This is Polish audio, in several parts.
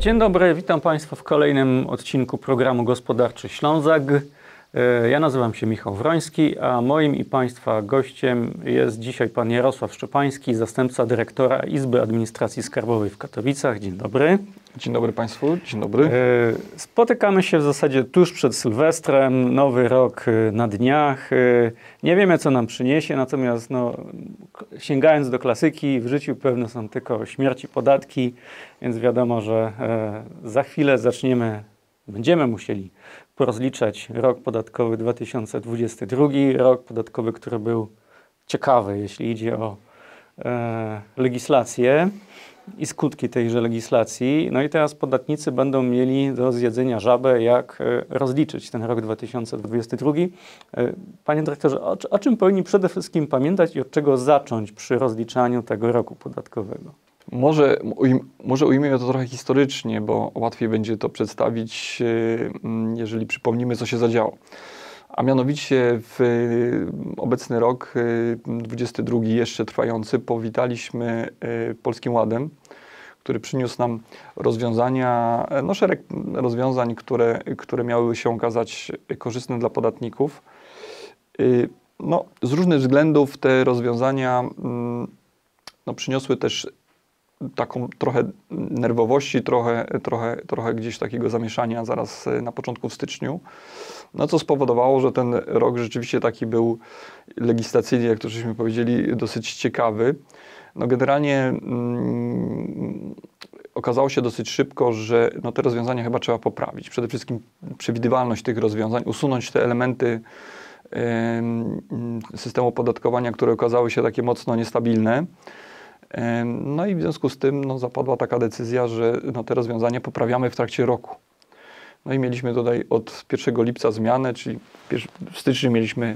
Dzień dobry, witam Państwa w kolejnym odcinku programu Gospodarczy Ślązak. Ja nazywam się Michał Wroński, a moim i Państwa gościem jest dzisiaj pan Jarosław Szczepański, zastępca dyrektora Izby Administracji Skarbowej w Katowicach. Dzień dobry. Dzień dobry Państwu, dzień dobry. Spotykamy się w zasadzie tuż przed Sylwestrem, nowy rok na dniach. Nie wiemy, co nam przyniesie, natomiast sięgając do klasyki, w życiu pewne są tylko śmierć i podatki, więc wiadomo, że za chwilę będziemy musieli porozliczać rok podatkowy 2022, rok podatkowy, który był ciekawy, jeśli idzie o legislację i skutki tejże legislacji. No i teraz podatnicy będą mieli do zjedzenia żabę, jak rozliczyć ten rok 2022. Panie dyrektorze, o czym powinni przede wszystkim pamiętać i od czego zacząć przy rozliczaniu tego roku podatkowego? Może ujmijmy to trochę historycznie, bo łatwiej będzie to przedstawić, jeżeli przypomnimy, co się zadziało. A mianowicie w obecny rok, 22 jeszcze trwający, powitaliśmy Polskim Ładem, który przyniósł nam rozwiązania, szereg rozwiązań, które miały się okazać korzystne dla podatników. Z różnych względów te rozwiązania przyniosły też taką trochę nerwowości, trochę gdzieś takiego zamieszania zaraz na początku w styczniu, co spowodowało, że ten rok rzeczywiście taki był legislacyjnie, jak to żeśmy powiedzieli, dosyć ciekawy. Generalnie okazało się dosyć szybko, że te rozwiązania chyba trzeba poprawić. Przede wszystkim przewidywalność tych rozwiązań, usunąć te elementy systemu opodatkowania, które okazały się takie mocno niestabilne. I w związku z tym zapadła taka decyzja, że te rozwiązania poprawiamy w trakcie roku. I mieliśmy tutaj od 1 lipca zmianę, czyli w styczniu mieliśmy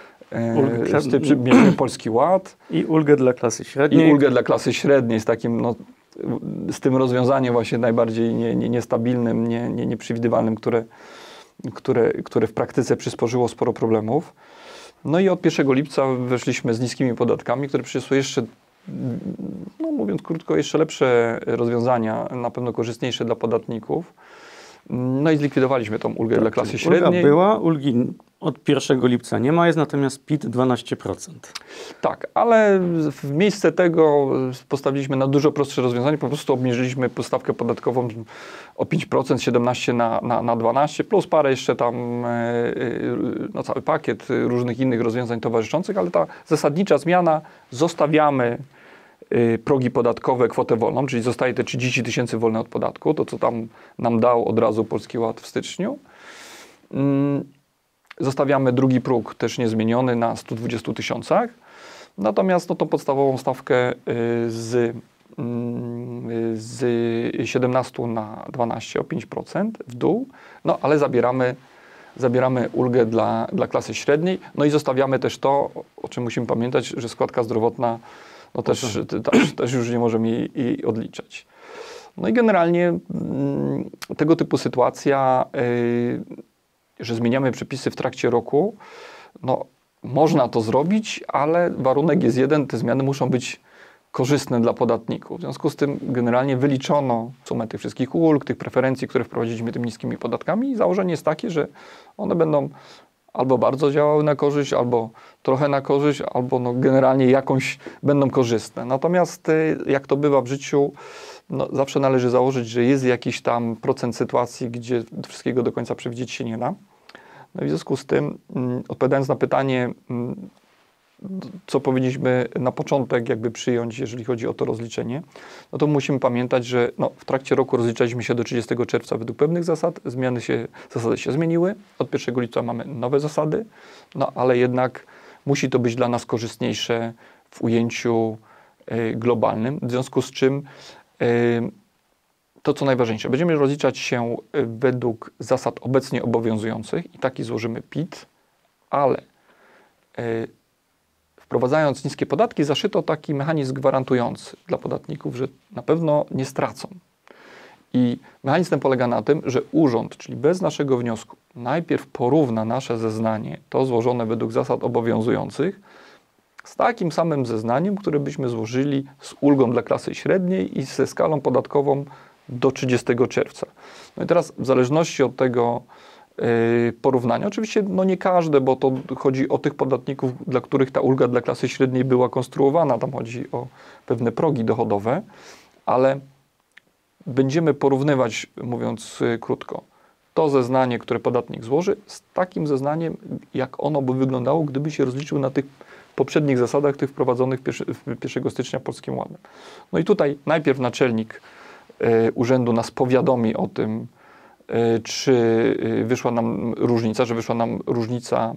Polski Ład. I ulgę dla klasy średniej. I ulgę dla klasy średniej z tym rozwiązaniem właśnie najbardziej niestabilnym, nieprzewidywalnym, które w praktyce przysporzyło sporo problemów. I od 1 lipca weszliśmy z niskimi podatkami, które przyniosły jeszcze, mówiąc krótko, jeszcze lepsze rozwiązania, na pewno korzystniejsze dla podatników. I zlikwidowaliśmy tą ulgę dla klasy średniej. Ulga była, ulgi od 1 lipca nie ma, jest natomiast PIT 12%. Tak, ale w miejsce tego postawiliśmy na dużo prostsze rozwiązanie. Po prostu obniżyliśmy stawkę podatkową o 5%, 17 na 12, plus parę jeszcze tam, cały pakiet różnych innych rozwiązań towarzyszących, ale ta zasadnicza zmiana, zostawiamy progi podatkowe, kwotę wolną, czyli zostaje te 30 000 wolne od podatku, to co tam nam dał od razu Polski Ład w styczniu. Zostawiamy drugi próg też niezmieniony na 120 000. Natomiast tą podstawową stawkę z 17 na 12 o 5% w dół, ale zabieramy ulgę dla klasy średniej, i zostawiamy też to, o czym musimy pamiętać, że składka zdrowotna też już nie możemy jej odliczać. I generalnie tego typu sytuacja, że zmieniamy przepisy w trakcie roku, można to zrobić, ale warunek jest jeden, te zmiany muszą być korzystne dla podatników. W związku z tym generalnie wyliczono sumę tych wszystkich ulg, tych preferencji, które wprowadziliśmy tymi niskimi podatkami i założenie jest takie, że one będą albo bardzo działały na korzyść, albo trochę na korzyść, albo generalnie jakąś będą korzystne. Natomiast jak to bywa w życiu, zawsze należy założyć, że jest jakiś tam procent sytuacji, gdzie wszystkiego do końca przewidzieć się nie da. I w związku z tym, odpowiadając na pytanie, co powinniśmy na początek przyjąć, jeżeli chodzi o to rozliczenie, to musimy pamiętać, że w trakcie roku rozliczaliśmy się do 30 czerwca według pewnych zasad, zasady się zmieniły, od 1 lipca mamy nowe zasady, ale jednak musi to być dla nas korzystniejsze w ujęciu globalnym, w związku z czym to, co najważniejsze, będziemy rozliczać się według zasad obecnie obowiązujących i taki złożymy PIT, ale wprowadzając niskie podatki, zaszyto taki mechanizm gwarantujący dla podatników, że na pewno nie stracą. I mechanizm ten polega na tym, że urząd, czyli bez naszego wniosku, najpierw porówna nasze zeznanie, to złożone według zasad obowiązujących, z takim samym zeznaniem, które byśmy złożyli z ulgą dla klasy średniej i ze skalą podatkową do 30 czerwca. No i teraz w zależności od tego porównania, oczywiście no nie każde, bo to chodzi o tych podatników, dla których ta ulga dla klasy średniej była konstruowana, tam chodzi o pewne progi dochodowe, ale będziemy porównywać, mówiąc krótko, to zeznanie, które podatnik złoży, z takim zeznaniem, jak ono by wyglądało, gdyby się rozliczył na tych poprzednich zasadach, tych wprowadzonych 1 stycznia Polskim Ładem. No i tutaj najpierw naczelnik urzędu nas powiadomi o tym, czy wyszła nam różnica, że wyszła nam różnica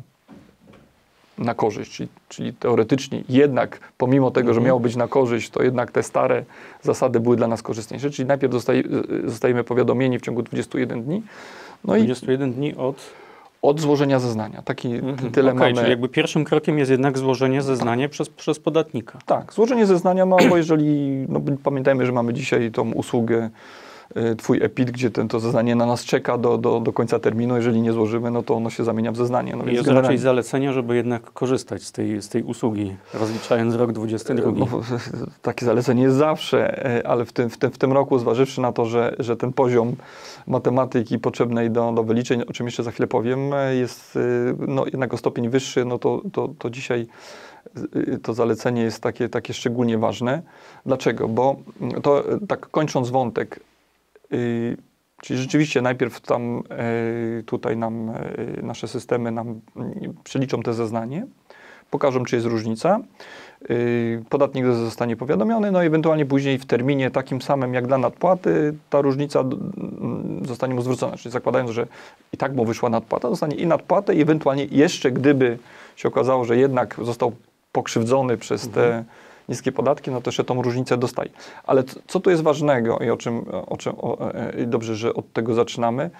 na korzyść, czyli teoretycznie jednak, pomimo tego, że miało być na korzyść, to jednak te stare zasady były dla nas korzystniejsze, czyli najpierw zostajemy powiadomieni w ciągu 21 dni. No 21 dni od złożenia zeznania. Tyle mamy. Czyli jakby pierwszym krokiem jest jednak złożenie zeznania przez podatnika. Tak, złożenie zeznania, no bo jeżeli, no pamiętajmy, że mamy dzisiaj tą usługę Twój EPIT, gdzie to zeznanie na nas czeka do końca terminu. Jeżeli nie złożymy, no to ono się zamienia w zeznanie. No jest raczej zalecenie, żeby jednak korzystać z tej usługi, rozliczając rok 22. No, takie zalecenie jest zawsze, ale w tym roku, zważywszy na to, że ten poziom matematyki potrzebnej do wyliczeń, o czym jeszcze za chwilę powiem, jest no, jednak o stopień wyższy, no to dzisiaj to zalecenie jest takie szczególnie ważne. Dlaczego? Bo to tak kończąc wątek, czyli rzeczywiście najpierw tam tutaj nam nasze systemy nam przeliczą te zeznanie, pokażą, czy jest różnica. Podatnik zostanie powiadomiony, no i ewentualnie później w terminie takim samym jak dla nadpłaty ta różnica zostanie mu zwrócona. Czyli zakładając, że i tak mu wyszła nadpłata, dostanie i nadpłatę i ewentualnie jeszcze gdyby się okazało, że jednak został pokrzywdzony przez te niskie podatki, no to jeszcze tą różnicę dostaje. Ale co tu jest ważnego i dobrze, że od tego zaczynamy,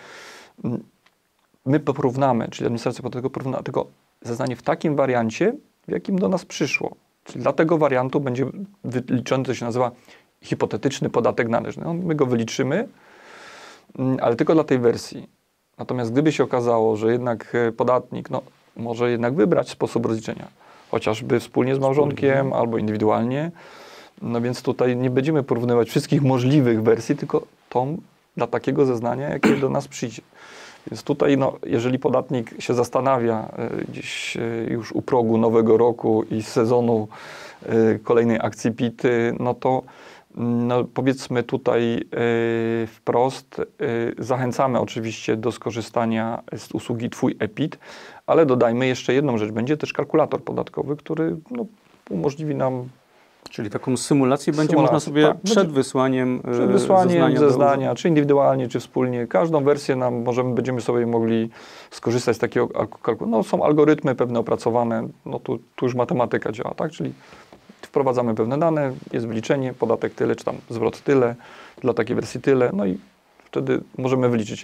my porównamy, czyli administracja podatkowa porówna tylko zeznanie w takim wariancie, w jakim do nas przyszło. Czyli dla tego wariantu będzie wyliczony, co się nazywa hipotetyczny podatek należny. My go wyliczymy, ale tylko dla tej wersji. Natomiast gdyby się okazało, że jednak podatnik może jednak wybrać sposób rozliczenia, chociażby wspólnie z małżonkiem albo indywidualnie, no więc tutaj nie będziemy porównywać wszystkich możliwych wersji, tylko tą dla takiego zeznania, jakie do nas przyjdzie. Więc tutaj, jeżeli podatnik się zastanawia gdzieś już u progu nowego roku i sezonu kolejnej akcji PIT, no to powiedzmy tutaj wprost, zachęcamy oczywiście do skorzystania z usługi Twój EPIT, ale dodajmy jeszcze jedną rzecz. Będzie też kalkulator podatkowy, który umożliwi nam... Czyli taką symulację będzie można sobie przed wysłaniem zeznania, czy indywidualnie, czy wspólnie. Każdą wersję będziemy sobie mogli skorzystać z takiego kalkulatora. Są algorytmy pewne opracowane, tu już matematyka działa, tak? Czyli wprowadzamy pewne dane, jest wyliczenie, podatek tyle, czy tam zwrot tyle, dla takiej wersji tyle, no i wtedy możemy wyliczyć.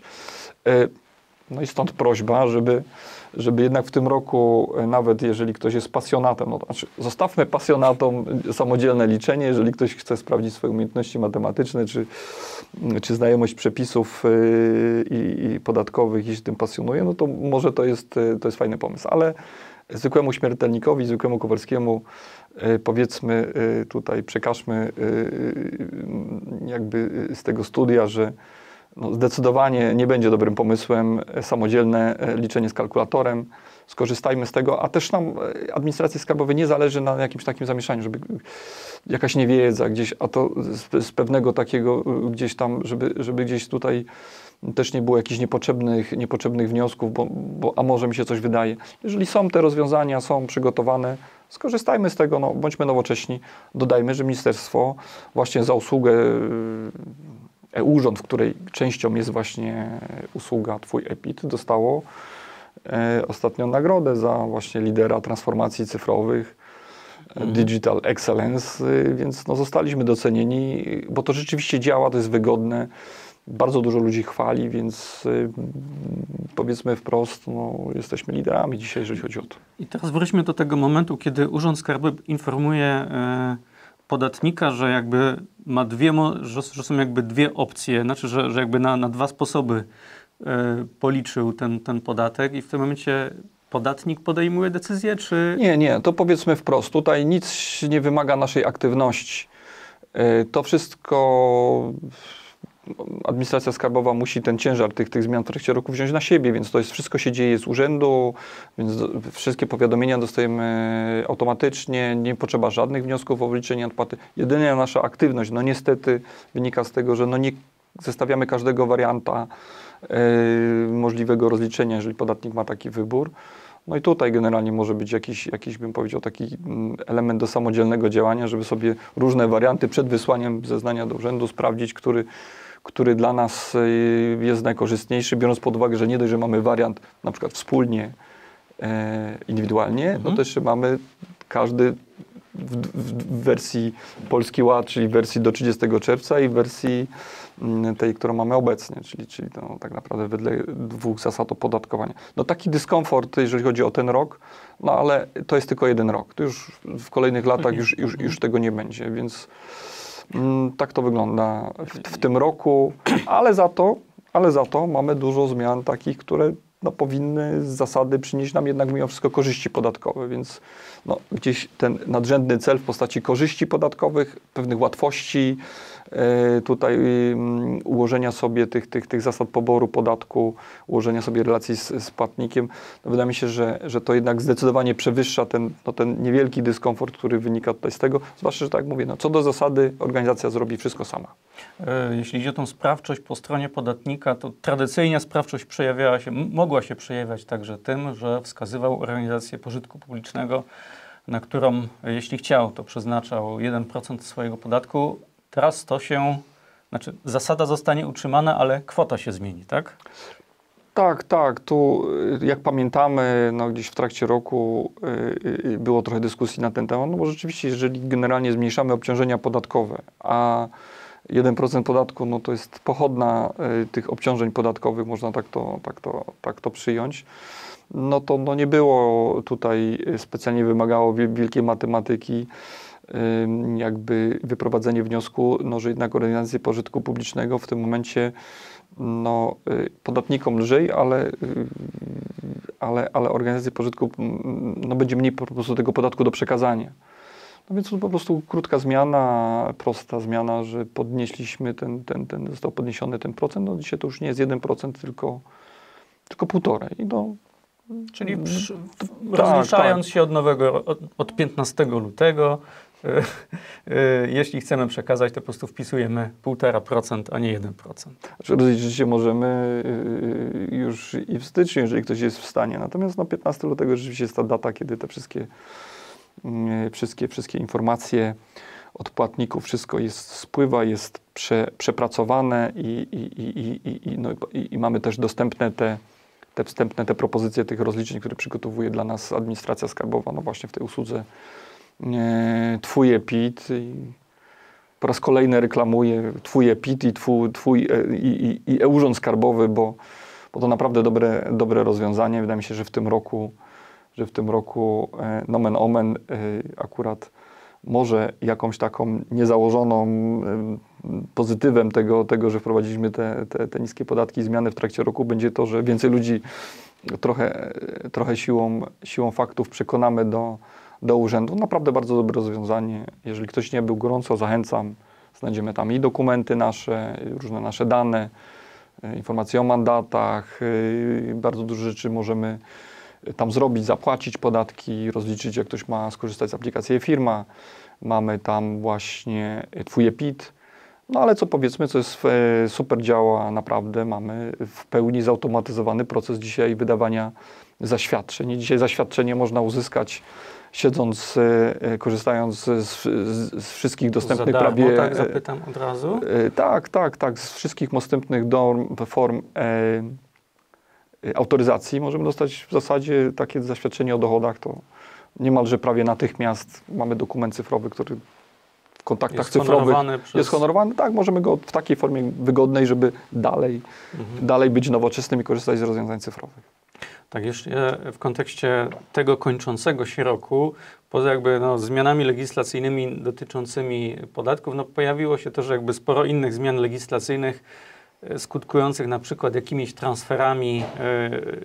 No i stąd prośba, żeby jednak w tym roku, nawet jeżeli ktoś jest pasjonatem, zostawmy pasjonatom samodzielne liczenie, jeżeli ktoś chce sprawdzić swoje umiejętności matematyczne, czy znajomość przepisów i podatkowych i się tym pasjonuje, no to może to jest fajny pomysł, ale zwykłemu śmiertelnikowi, zwykłemu Kowalskiemu powiedzmy tutaj, przekażmy jakby z tego studia, że zdecydowanie nie będzie dobrym pomysłem samodzielne liczenie z kalkulatorem. Skorzystajmy z tego, a też nam administracji skarbowej nie zależy na jakimś takim zamieszaniu, żeby jakaś niewiedza gdzieś, a to z pewnego takiego gdzieś tam, żeby gdzieś tutaj też nie było jakichś niepotrzebnych wniosków, a może mi się coś wydaje. Jeżeli są te rozwiązania, są przygotowane, skorzystajmy z tego, bądźmy nowocześni. Dodajmy, że ministerstwo właśnie za usługę e-Urząd, w której częścią jest właśnie usługa Twój EPIT, dostało ostatnią nagrodę za właśnie lidera transformacji cyfrowych, Digital Excellence, więc zostaliśmy docenieni, bo to rzeczywiście działa, to jest wygodne, bardzo dużo ludzi chwali, więc powiedzmy wprost, jesteśmy liderami dzisiaj, jeżeli chodzi o to. I teraz wróćmy do tego momentu, kiedy Urząd Skarbowy informuje podatnika, że jakby ma że są jakby dwie opcje, znaczy, że jakby na dwa sposoby policzył ten podatek i w tym momencie podatnik podejmuje decyzję, czy... Nie, to powiedzmy wprost. Tutaj nic nie wymaga naszej aktywności. To wszystko administracja skarbowa musi ten ciężar tych zmian w trakcie roku wziąć na siebie, więc to jest wszystko się dzieje z urzędu, więc wszystkie powiadomienia dostajemy automatycznie, nie potrzeba żadnych wniosków o wliczenie odpłaty. Jedyna nasza aktywność, no niestety wynika z tego, że no nie zestawiamy każdego warianta możliwego rozliczenia, jeżeli podatnik ma taki wybór. No i tutaj generalnie może być jakiś bym powiedział, taki element do samodzielnego działania, żeby sobie różne warianty przed wysłaniem zeznania do urzędu sprawdzić, który dla nas jest najkorzystniejszy, biorąc pod uwagę, że nie dość, że mamy wariant na przykład wspólnie, indywidualnie, no to jeszcze mamy każdy w wersji Polski Ład, czyli w wersji do 30 czerwca i w wersji tej, którą mamy obecnie, czyli to tak naprawdę wedle dwóch zasad opodatkowania. No taki dyskomfort, jeżeli chodzi o ten rok, no ale to jest tylko jeden rok. To już w kolejnych latach już tego nie będzie, więc tak to wygląda w tym roku, ale za to mamy dużo zmian takich, które no, powinny z zasady przynieść nam jednak mimo wszystko korzyści podatkowe, więc no, gdzieś ten nadrzędny cel w postaci korzyści podatkowych, pewnych łatwości, tutaj ułożenia sobie tych zasad poboru podatku, ułożenia sobie relacji z płatnikiem, no, wydaje mi się, że to jednak zdecydowanie przewyższa ten niewielki dyskomfort, który wynika tutaj z tego, zwłaszcza, że tak jak mówię, no, co do zasady organizacja zrobi wszystko sama. Jeśli idzie o tą sprawczość po stronie podatnika, to tradycyjnie sprawczość mogła się przejawiać także tym, że wskazywał organizację pożytku publicznego, na którą, jeśli chciał, to przeznaczał 1% swojego podatku. Teraz zasada zostanie utrzymana, ale kwota się zmieni, tak? Tak. Tu, jak pamiętamy, no, gdzieś w trakcie roku było trochę dyskusji na ten temat, no bo rzeczywiście, jeżeli generalnie zmniejszamy obciążenia podatkowe, a 1% podatku, no to jest pochodna tych obciążeń podatkowych, można tak to przyjąć, no to no nie było tutaj specjalnie wymagało wielkiej matematyki, jakby wyprowadzenie wniosku, no, że jednak organizacje pożytku publicznego w tym momencie no, podatnikom lżej, ale organizacje pożytku no, będzie mniej po prostu tego podatku do przekazania. No więc to po prostu krótka zmiana, prosta zmiana, że podnieśliśmy został podniesiony ten procent, no dzisiaj to już nie jest 1%, tylko 1,5%. No, czyli rozliczając się od 15 lutego, jeśli chcemy przekazać, to po prostu wpisujemy 1,5%, a nie 1%. Rozliczyć się możemy już i w styczniu, jeżeli ktoś jest w stanie. Natomiast no, 15 lutego rzeczywiście jest ta data, kiedy te wszystkie informacje od płatników, wszystko spływa, jest przepracowane i mamy też dostępne te propozycje tych rozliczeń, które przygotowuje dla nas administracja skarbowa, no właśnie w tej usłudze Twój e-PIT. Po raz kolejny reklamuję Twój e-PIT i e-Urząd Skarbowy, bo to naprawdę dobre rozwiązanie. Wydaje mi się, że w tym roku nomen omen akurat może jakąś taką niezałożoną pozytywem tego, że wprowadziliśmy te niskie podatki i zmiany w trakcie roku, będzie to, że więcej ludzi trochę siłą faktów przekonamy do urzędu. Naprawdę bardzo dobre rozwiązanie. Jeżeli ktoś nie był, gorąco zachęcam. Znajdziemy tam i dokumenty nasze, różne nasze dane, informacje o mandatach. Bardzo dużo rzeczy możemy tam zrobić, zapłacić podatki, rozliczyć, jak ktoś ma skorzystać z aplikacji e-Firma. Mamy tam właśnie Twój e-PIT. No ale co powiedzmy, co jest super działa naprawdę, mamy w pełni zautomatyzowany proces dzisiaj wydawania zaświadczeń. I dzisiaj zaświadczenie można uzyskać siedząc, korzystając z wszystkich dostępnych prawie... tak zapytam od razu? Tak, z wszystkich dostępnych form autoryzacji możemy dostać w zasadzie takie zaświadczenie o dochodach, to niemalże prawie natychmiast mamy dokument cyfrowy, który w kontaktach cyfrowych jest honorowany. Tak, możemy go w takiej formie wygodnej, żeby dalej być nowoczesnym i korzystać z rozwiązań cyfrowych. Tak, jeszcze w kontekście tego kończącego się roku, poza jakby zmianami legislacyjnymi dotyczącymi podatków, pojawiło się też jakby sporo innych zmian legislacyjnych skutkujących na przykład jakimiś transferami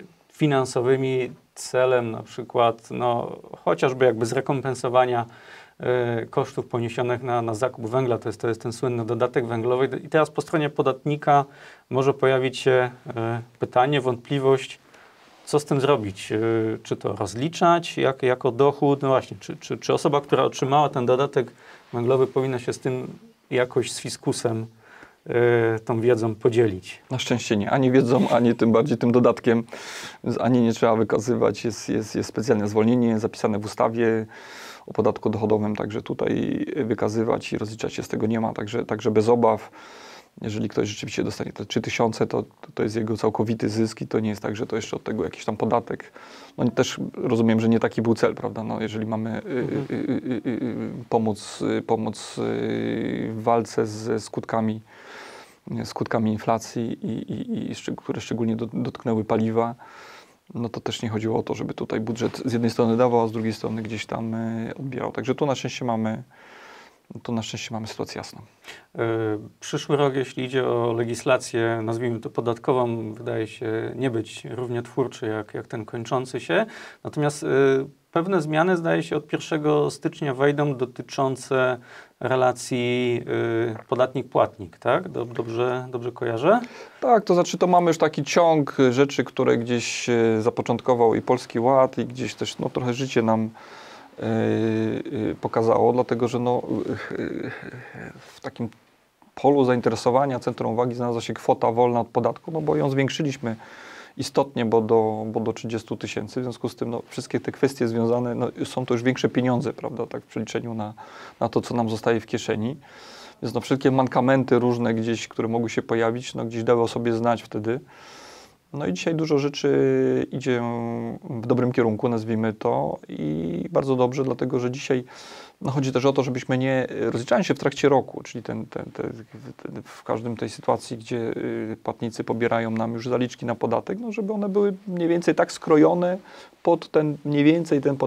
finansowymi celem na przykład chociażby jakby zrekompensowania kosztów poniesionych na zakup węgla. To jest ten słynny dodatek węglowy. I teraz po stronie podatnika może pojawić się pytanie, wątpliwość, co z tym zrobić? Czy to rozliczać jako dochód? No właśnie, czy osoba, która otrzymała ten dodatek węglowy, powinna się z tym jakoś z fiskusem tą wiedzą podzielić? Na szczęście nie. Ani wiedzą, ani tym bardziej tym dodatkiem. Więc ani nie trzeba wykazywać. Jest specjalne zwolnienie zapisane w ustawie o podatku dochodowym, także tutaj wykazywać i rozliczać się z tego nie ma. Także bez obaw. Jeżeli ktoś rzeczywiście dostanie te 3000, to jest jego całkowity zysk i to nie jest tak, że to jeszcze od tego jakiś tam podatek. No też rozumiem, że nie taki był cel, prawda? No, jeżeli mamy pomóc w walce ze skutkami inflacji, które szczególnie dotknęły paliwa, no to też nie chodziło o to, żeby tutaj budżet z jednej strony dawał, a z drugiej strony gdzieś tam odbierał. Także tu na szczęście mamy sytuację jasną. Przyszły rok, jeśli idzie o legislację, nazwijmy to podatkową, wydaje się nie być równie twórczy jak ten kończący się. Natomiast pewne zmiany, zdaje się, od 1 stycznia wejdą dotyczące relacji podatnik-płatnik, tak? Dobrze kojarzę? Tak, to znaczy to mamy już taki ciąg rzeczy, które gdzieś zapoczątkował i Polski Ład i gdzieś też trochę życie nam pokazało, dlatego że w takim polu zainteresowania centrum uwagi znalazła się kwota wolna od podatku, bo ją zwiększyliśmy istotnie, bo do 30 000. W związku z tym wszystkie te kwestie związane, są to już większe pieniądze, prawda, tak w przeliczeniu na to, co nam zostaje w kieszeni. Więc wszelkie mankamenty różne gdzieś, które mogły się pojawić, gdzieś dały o sobie znać wtedy. No i dzisiaj dużo rzeczy idzie w dobrym kierunku, nazwijmy to, i bardzo dobrze, dlatego że dzisiaj chodzi też o to, żebyśmy nie rozliczali się w trakcie roku, czyli w każdym tej sytuacji, gdzie płatnicy pobierają nam już zaliczki na podatek, żeby one były mniej więcej tak skrojone pod mniej więcej ten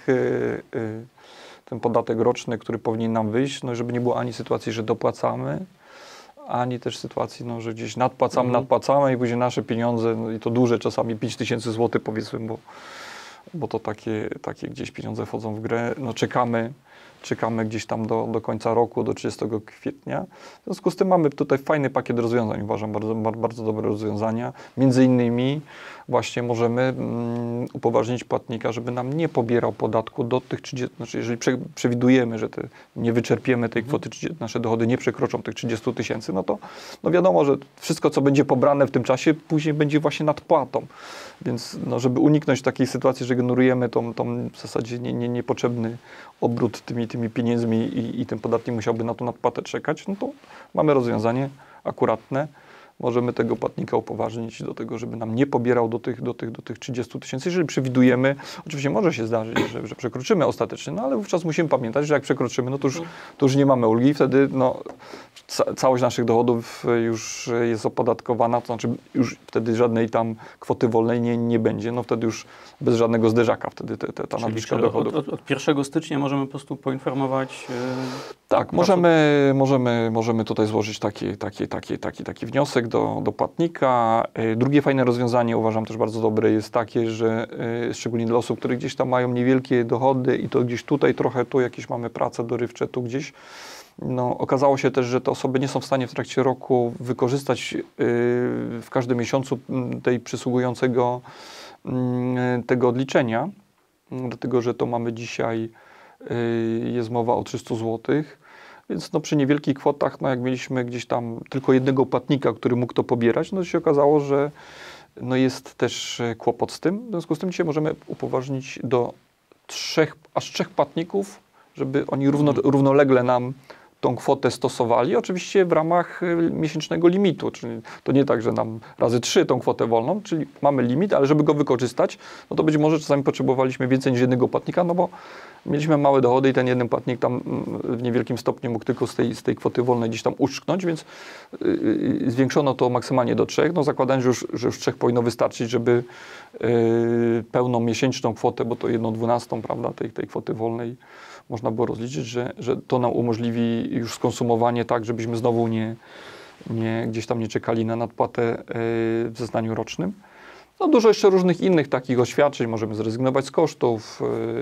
podatek roczny, który powinien nam wyjść, żeby nie było ani sytuacji, że dopłacamy, ani też sytuacji, że gdzieś nadpłacamy i później nasze pieniądze, i to duże, czasami 5000 zł powiedzmy, bo to takie gdzieś pieniądze wchodzą w grę, czekamy gdzieś tam do końca roku, do 30 kwietnia. W związku z tym mamy tutaj fajny pakiet rozwiązań, uważam, bardzo, bardzo dobre rozwiązania. Między innymi właśnie możemy upoważnić płatnika, żeby nam nie pobierał podatku do tych 30, znaczy jeżeli przewidujemy, że nie wyczerpiemy tej kwoty, nasze dochody nie przekroczą tych 30 000, to wiadomo, że wszystko, co będzie pobrane w tym czasie, później będzie właśnie nadpłatą. Więc żeby uniknąć takiej sytuacji, że generujemy tą w zasadzie niepotrzebny obrót tymi pieniędzmi i ten podatnik musiałby na tą nadpłatę czekać, to mamy rozwiązanie akuratne. Możemy tego płatnika upoważnić do tego, żeby nam nie pobierał do tych 30 000. Jeżeli przewidujemy, oczywiście może się zdarzyć, że przekroczymy ostatecznie, ale wówczas musimy pamiętać, że jak przekroczymy, to już nie mamy ulgi, wtedy całość naszych dochodów już jest opodatkowana, to znaczy już wtedy żadnej tam kwoty wolnej nie będzie, wtedy już bez żadnego zderzaka wtedy ta nadwyżka dochodów. Od 1 stycznia możemy po prostu poinformować? Tak, możemy tutaj złożyć taki wniosek do płatnika. Drugie fajne rozwiązanie, uważam też bardzo dobre, jest takie, że szczególnie dla osób, które gdzieś tam mają niewielkie dochody i to gdzieś tutaj trochę, tu jakieś mamy prace dorywcze, tu gdzieś, okazało się też, że te osoby nie są w stanie w trakcie roku wykorzystać w każdym miesiącu tej przysługującego tego odliczenia, dlatego że to mamy dzisiaj, jest mowa o 300 zł, więc przy niewielkich kwotach, jak mieliśmy gdzieś tam tylko jednego płatnika, który mógł to pobierać, się okazało, że jest też kłopot z tym. W związku z tym dzisiaj możemy upoważnić do aż trzech płatników, żeby oni równolegle nam tą kwotę stosowali, oczywiście w ramach miesięcznego limitu, czyli to nie tak, że nam razy 3 tą kwotę wolną, czyli mamy limit, ale żeby go wykorzystać, to być może czasami potrzebowaliśmy więcej niż jednego płatnika, bo mieliśmy małe dochody i ten jeden płatnik tam w niewielkim stopniu mógł tylko z tej kwoty wolnej gdzieś tam uszczknąć, więc zwiększono to maksymalnie do 3, zakładając, że już 3 powinno wystarczyć, żeby pełną miesięczną kwotę, bo to 1/12, prawda, tej kwoty wolnej można było rozliczyć, że to nam umożliwi już skonsumowanie tak, żebyśmy znowu gdzieś tam nie czekali na nadpłatę w zeznaniu rocznym. No dużo jeszcze różnych innych takich oświadczeń, możemy zrezygnować z kosztów,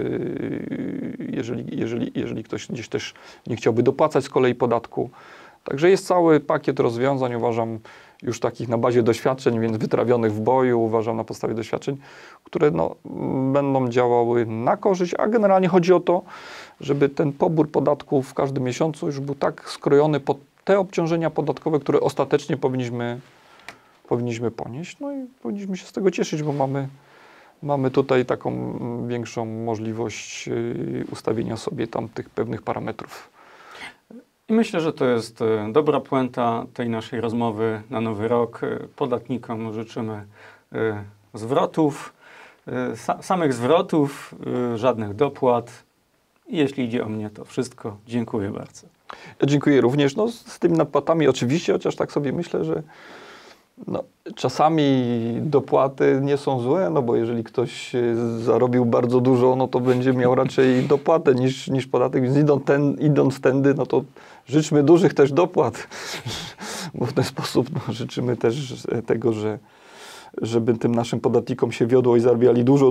jeżeli ktoś gdzieś też nie chciałby dopłacać z kolei podatku. Także jest cały pakiet rozwiązań, uważam, już takich na bazie doświadczeń, więc wytrawionych w boju, uważam na podstawie doświadczeń, które no, będą działały na korzyść, a generalnie chodzi o to, żeby ten pobór podatków w każdym miesiącu już był tak skrojony pod te obciążenia podatkowe, które ostatecznie powinniśmy ponieść, no i powinniśmy się z tego cieszyć, bo mamy tutaj taką większą możliwość ustawienia sobie tam tych pewnych parametrów. I myślę, że to jest dobra puenta tej naszej rozmowy na Nowy Rok. Podatnikom życzymy zwrotów, samych zwrotów, żadnych dopłat. I jeśli idzie o mnie, to wszystko. Dziękuję bardzo. Ja dziękuję również. No, z tymi nadpłatami oczywiście, chociaż tak sobie myślę, że no, czasami dopłaty nie są złe, no bo jeżeli ktoś zarobił bardzo dużo, no to będzie miał raczej dopłatę niż podatek, więc idąc tędy, no to życzmy dużych też dopłat, bo w ten sposób no, życzymy też tego, żeby tym naszym podatnikom się wiodło i zarabiali dużo,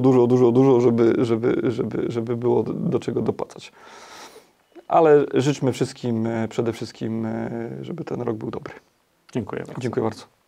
żeby było do czego dopłacać. Ale życzmy wszystkim przede wszystkim, żeby ten rok był dobry. Dziękuję bardzo. Dziękuję bardzo.